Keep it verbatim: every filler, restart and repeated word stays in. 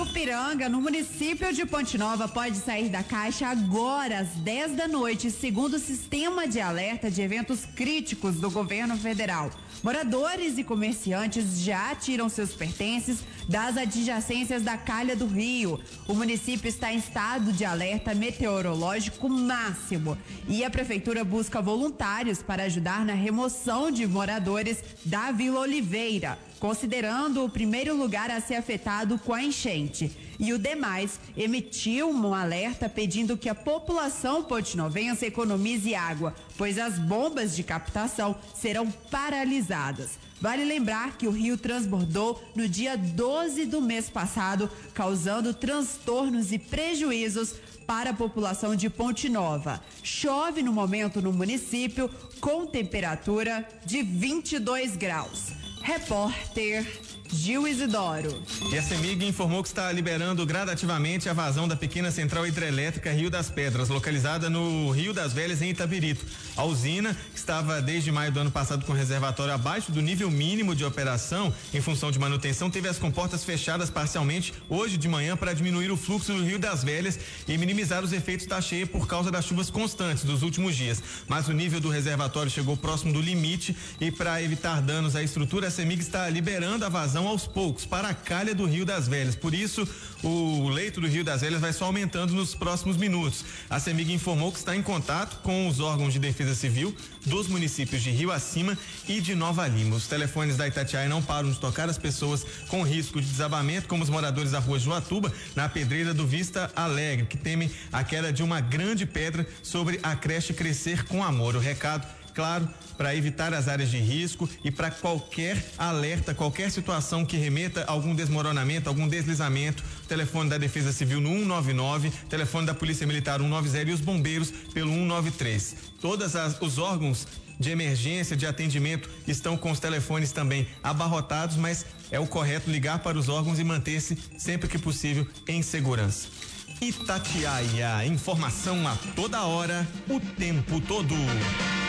Itupiranga, no município de Ponte Nova, pode sair da caixa agora às dez da noite, segundo o sistema de alerta de eventos críticos do governo federal. Moradores e comerciantes já tiram seus pertences das adjacências da Calha do Rio. O município está em estado de alerta meteorológico máximo e a prefeitura busca voluntários para ajudar na remoção de moradores da Vila Oliveira, considerando o primeiro lugar a ser afetado com a enchente. E o demais emitiu um alerta pedindo que a população pontinovense economize água, pois as bombas de captação serão paralisadas. Vale lembrar que o rio transbordou no dia doze do mês passado, causando transtornos e prejuízos para a população de Ponte Nova. Chove no momento no município com temperatura de vinte e dois graus. Repórter Gil Isidoro. E a CEMIG informou que está liberando gradativamente a vazão da pequena central hidrelétrica Rio das Pedras, localizada no Rio das Velhas, em Itabirito. A usina, que estava desde maio do ano passado com reservatório abaixo do nível mínimo de operação, em função de manutenção, teve as comportas fechadas parcialmente hoje de manhã para diminuir o fluxo do Rio das Velhas e minimizar os efeitos da cheia por causa das chuvas constantes dos últimos dias. Mas o nível do reservatório chegou próximo do limite e, para evitar danos à estrutura, a CEMIG está liberando a vazão aos poucos para a calha do Rio das Velhas. Por isso, o leito do Rio das Velhas vai só aumentando nos próximos minutos. A CEMIG informou que está em contato com os órgãos de defesa civil dos municípios de Rio Acima e de Nova Lima. Os telefones da Itatiaia não param de tocar as pessoas com risco de desabamento, como os moradores da rua Joatuba, na pedreira do Vista Alegre, que temem a queda de uma grande pedra sobre a creche Crescer com Amor. O recado, claro, para evitar as áreas de risco e para qualquer alerta, qualquer situação que remeta a algum desmoronamento, algum deslizamento, telefone da Defesa Civil no um nove nove, telefone da Polícia Militar um nove zero e os bombeiros pelo um nove três. Todos os órgãos de emergência, de atendimento, estão com os telefones também abarrotados, mas é o correto ligar para os órgãos e manter-se sempre que possível em segurança. Itatiaia, informação a toda hora, o tempo todo.